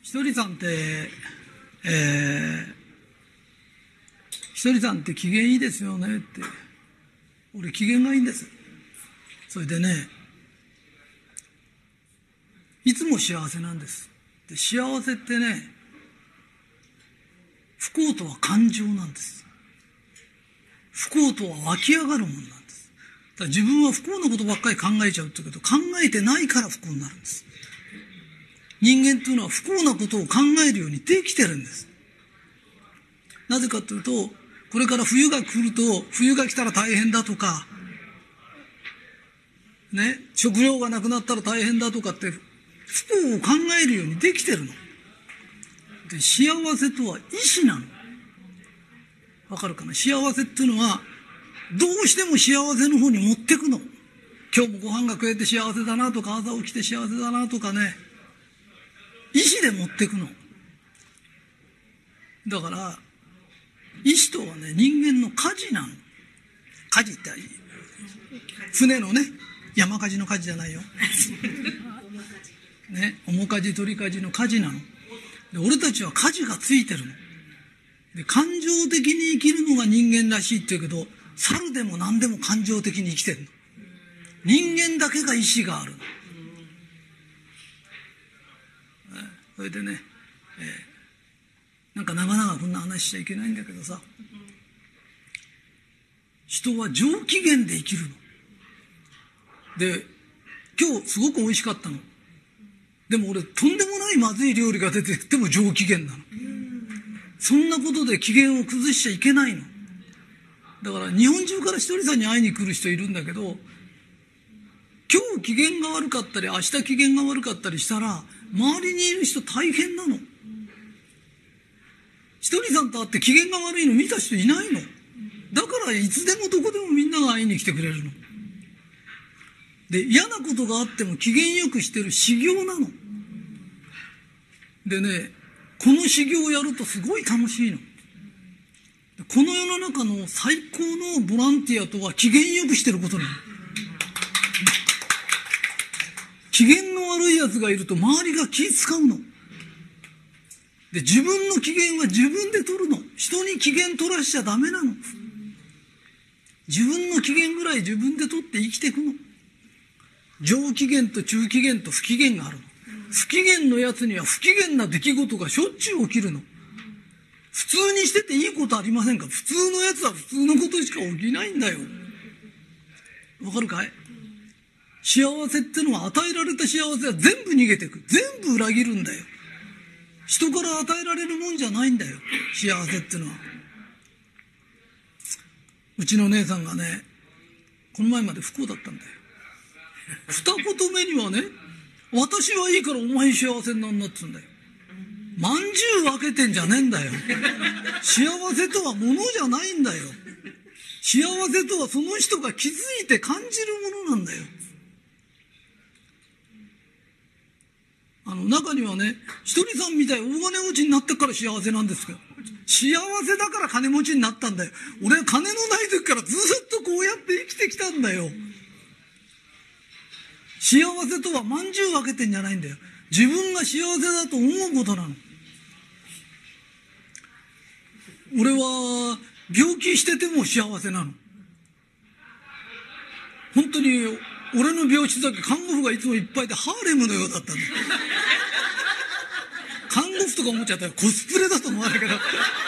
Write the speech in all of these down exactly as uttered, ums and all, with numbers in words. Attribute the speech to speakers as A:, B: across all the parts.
A: ひとりさんって、えー、ひとりさんって機嫌いいですよねって。俺機嫌がいいんです。それでね、いつも幸せなんです。で、幸せってね、不幸とは感情なんです。不幸とは湧き上がるものなんです。だから自分は不幸なことばっかり考えちゃうって言うけど、考えてないから不幸になるんです。人間というのは不幸なことを考えるようにできてるんです。なぜかというと、これから冬が来ると、冬が来たら大変だとか、ね、食料がなくなったら大変だとかって、不幸を考えるようにできてるの。で、幸せとは意志なの。わかるかな？幸せっていうのは、どうしても幸せの方に持ってくの。今日もご飯が食えて幸せだなとか、朝起きて幸せだなとかね、意志で持ってくの。だから、意志とはね、人間の舵なの。舵って、船のね、山舵の舵じゃないよ。ね、面舵取り舵の舵なの。で、俺たちは舵がついてるの。で、感情的に生きるのが人間らしいって言うけど、猿でも何でも感情的に生きてるの。人間だけが意志があるの。それでね、えー、なんか長々こんな話しちゃいけないんだけどさ、人は上機嫌で生きるの。で、今日すごく美味しかったの。でも俺とんでもないまずい料理が出てても上機嫌なの。そんなことで機嫌を崩しちゃいけないの。だから日本中からひとりさんに会いに来る人いるんだけど、今日機嫌が悪かったり明日機嫌が悪かったりしたら周りにいる人大変なの。ひとりさんと会って機嫌が悪いの見た人いないの。だからいつでもどこでもみんなが会いに来てくれるの。で、嫌なことがあっても機嫌よくしてる修行なの。でね、この修行をやるとすごい楽しいの。この世の中の最高のボランティアとは機嫌よくしてることなの。機嫌の悪い奴がいると周りが気使うの。で、自分の機嫌は自分で取るの。人に機嫌取らしちゃダメなの。自分の機嫌ぐらい自分で取って生きていくの。上機嫌と中機嫌と不機嫌があるの。不機嫌のやつには不機嫌な出来事がしょっちゅう起きるの。普通にしてていいことありませんか？普通のやつは普通のことしか起きないんだよ。わかるかい？幸せってのは与えられた幸せは全部逃げていく。全部裏切るんだよ。人から与えられるもんじゃないんだよ。幸せってのは。うちの姉さんがね、この前まで不幸だったんだよ。二言目にはね、私はいいからお前幸せになんなって言うんだよ。まんじゅう分けてんじゃねえんだよ。幸せとはものじゃないんだよ。幸せとはその人が気づいて感じるものなんだよ。あの中にはね、ひとりさんみたい大金持ちになってから幸せなんですけど、幸せだから金持ちになったんだよ。俺は金のない時からずっとこうやって生きてきたんだよ。幸せとはまんじゅう分けてんじゃないんだよ。自分が幸せだと思うことなの。俺は病気してても幸せなの。本当に俺の病室だけ看護婦がいつもいっぱいでハーレムのようだったんだよ。看護婦とか思っちゃったらコスプレだと思わないけど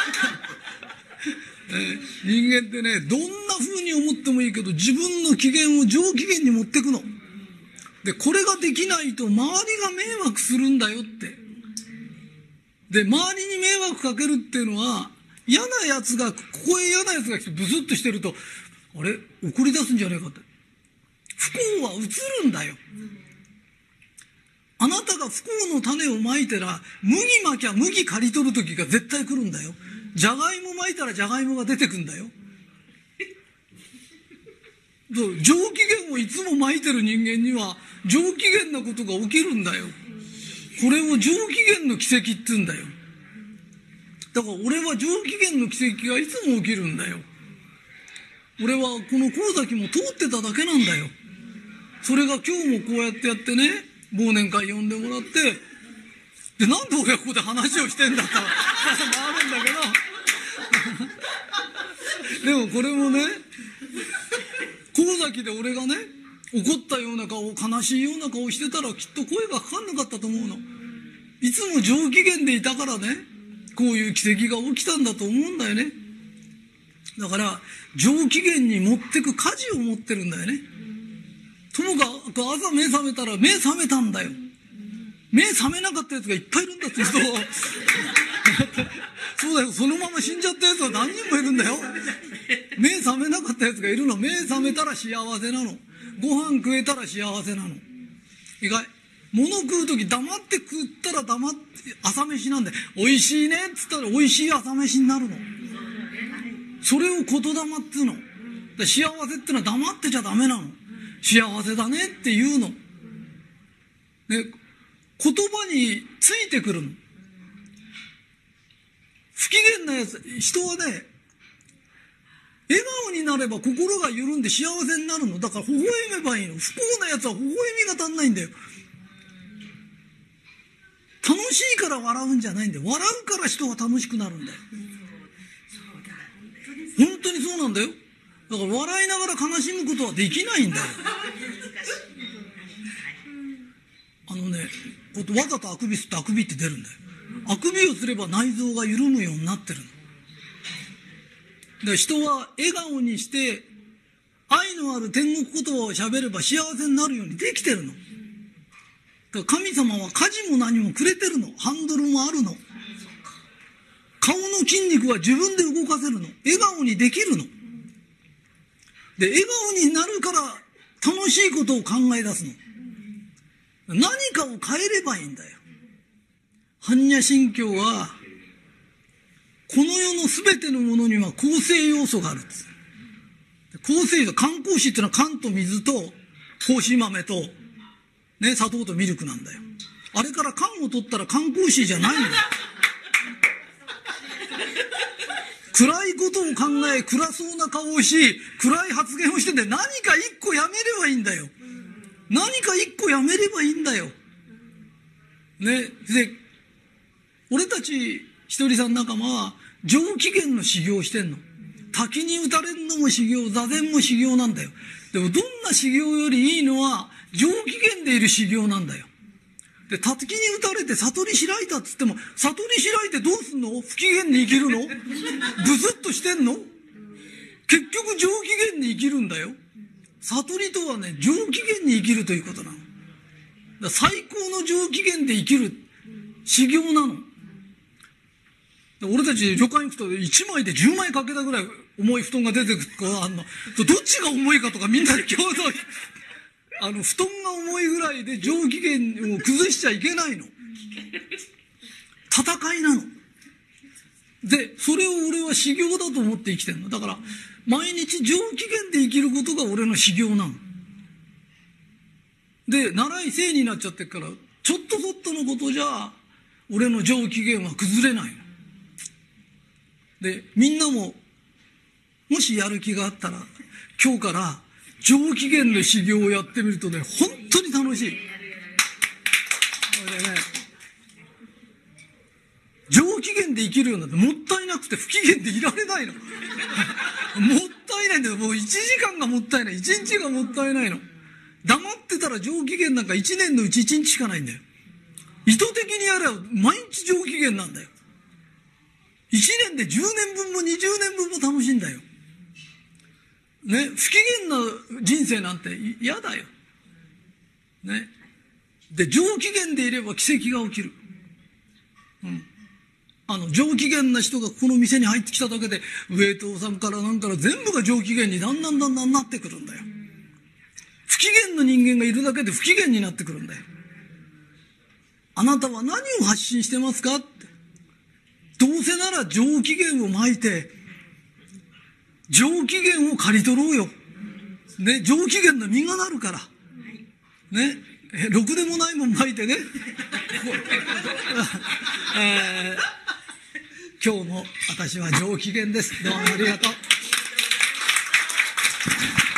A: 人間ってね、どんな風に思ってもいいけど自分の機嫌を上機嫌に持ってくの。で、これができないと周りが迷惑するんだよって。で、周りに迷惑かけるっていうのは、嫌な奴が、ここへ嫌な奴が来てブスッとしてると、あれ怒り出すんじゃねえかって。不幸は移るんだよ。あなたが不幸の種をまいたら、麦まきゃ麦刈り取る時が絶対来るんだよ。じゃがいもまいたらじゃがいもが出てくんだよ。上機嫌をいつもまいてる人間には上機嫌なことが起きるんだよ。これを上機嫌の奇跡って言うんだよ。だから俺は上機嫌の奇跡がいつも起きるんだよ。俺はこの神崎も通ってただけなんだよ。それが今日もこうやってやってね、忘年会呼んでもらって、 で、なんで俺がここで話をしてんだってあるんだけど、でもこれもね、神崎で俺がね、怒ったような顔、悲しいような顔してたらきっと声がかかんなかったと思うの。いつも上機嫌でいたからね、こういう奇跡が起きたんだと思うんだよね。だから上機嫌に持ってく舵を持ってるんだよね。ともかく朝目覚めたら目覚めたんだよ。目覚めなかったやつがいっぱいいるんだって人そうだよ、そのまま死んじゃったやつは何人もいるんだよ。目覚めなかったやつがいるの。目覚めたら幸せなの。ご飯食えたら幸せなの。意外。物食うとき黙って食ったら黙って朝飯なんで、美味しいねっつったら美味しい朝飯になるの。それを言霊っつうの。幸せってのは黙ってちゃダメなの。幸せだねって言うの。で、言葉についてくるの。不機嫌なやつ、人はね、笑顔になれば心が緩んで幸せになるの。だから微笑めばいいの。不幸なやつは微笑みが足んないんだよ。楽しいから笑うんじゃないんだよ。笑うから人が楽しくなるんだよ。本当にそうなんだよ。だから笑いながら悲しむことはできないんだよ。あのね、わざとあくびすってあくびって出るんだよ。あくびをすれば内臓が緩むようになってるの。で、人は笑顔にして愛のある天国言葉を喋れば幸せになるようにできてるの。だから神様は舵も何もくれてるの。ハンドルもあるの。顔の筋肉は自分で動かせるの。笑顔にできるの。で、笑顔になるから楽しいことを考え出すの。何かを変えればいいんだよ。般若心経は、この世のすべてのものには構成要素があるんです。構成要素、缶麹っていうのは缶と水と麹豆と、ね、砂糖とミルクなんだよ。あれから缶を取ったら缶麹じゃないんだよ。暗いことを考え、暗そうな顔をし、暗い発言をしてて何か一個やめればいいんだよ。何か一個やめればいいんだよ。ね。で、俺たちひとりさん仲間は上機嫌の修行をしてんの。滝に打たれるのも修行、座禅も修行なんだよ。でもどんな修行よりいいのは上機嫌でいる修行なんだよ。で、滝に打たれて悟り開いたっつっても、悟り開いてどうすんの？不機嫌に生きるの？ブスッとしてんの？結局上機嫌に生きるんだよ。悟りとはね、上機嫌に生きるということなの。だから最高の上機嫌で生きる修行なの。俺たち旅館行くといちまいでじゅうまいかけたぐらい重い布団が出てくるからあんの。どっちが重いかとかみんなで共同あの布団が重いぐらいで上機嫌を崩しちゃいけないの。戦いなの。で、それを俺は修行だと思って生きてるの。だから毎日上機嫌で生きることが俺の修行なの。で、習い生になっちゃってるから、ちょっとそっとのことじゃ俺の上機嫌は崩れないの。で、みんなももしやる気があったら今日から上機嫌の修行をやってみるとね、本当に楽しい。でね、上機嫌で生きるようになってもったいなくて不機嫌でいられないの。もったいないんだよ。もういちじかんがもったいない。いちにちがもったいないの。黙ってたら上機嫌なんかいちねんのうちいちにちしかないんだよ。意図的にやれば毎日上機嫌なんだよ。いちねんでじゅうねんぶんもにじゅうねんぶんも楽しいんだよ。ね、不機嫌な人生なんて嫌だよ。ね。で、上機嫌でいれば奇跡が起きる。うん。あの、上機嫌な人がこの店に入ってきただけで、ウェイトさんからなんから全部が上機嫌にだんだんだんだんなってくるんだよ。不機嫌な人間がいるだけで不機嫌になってくるんだよ。あなたは何を発信してますかって。どうせなら上機嫌をまいて、上機嫌を刈り取ろうよ。ね、上機嫌の実がなるから。ね、え、ろくでもないもんまいてね。えー、今日も私は上機嫌です。どうもありがとう。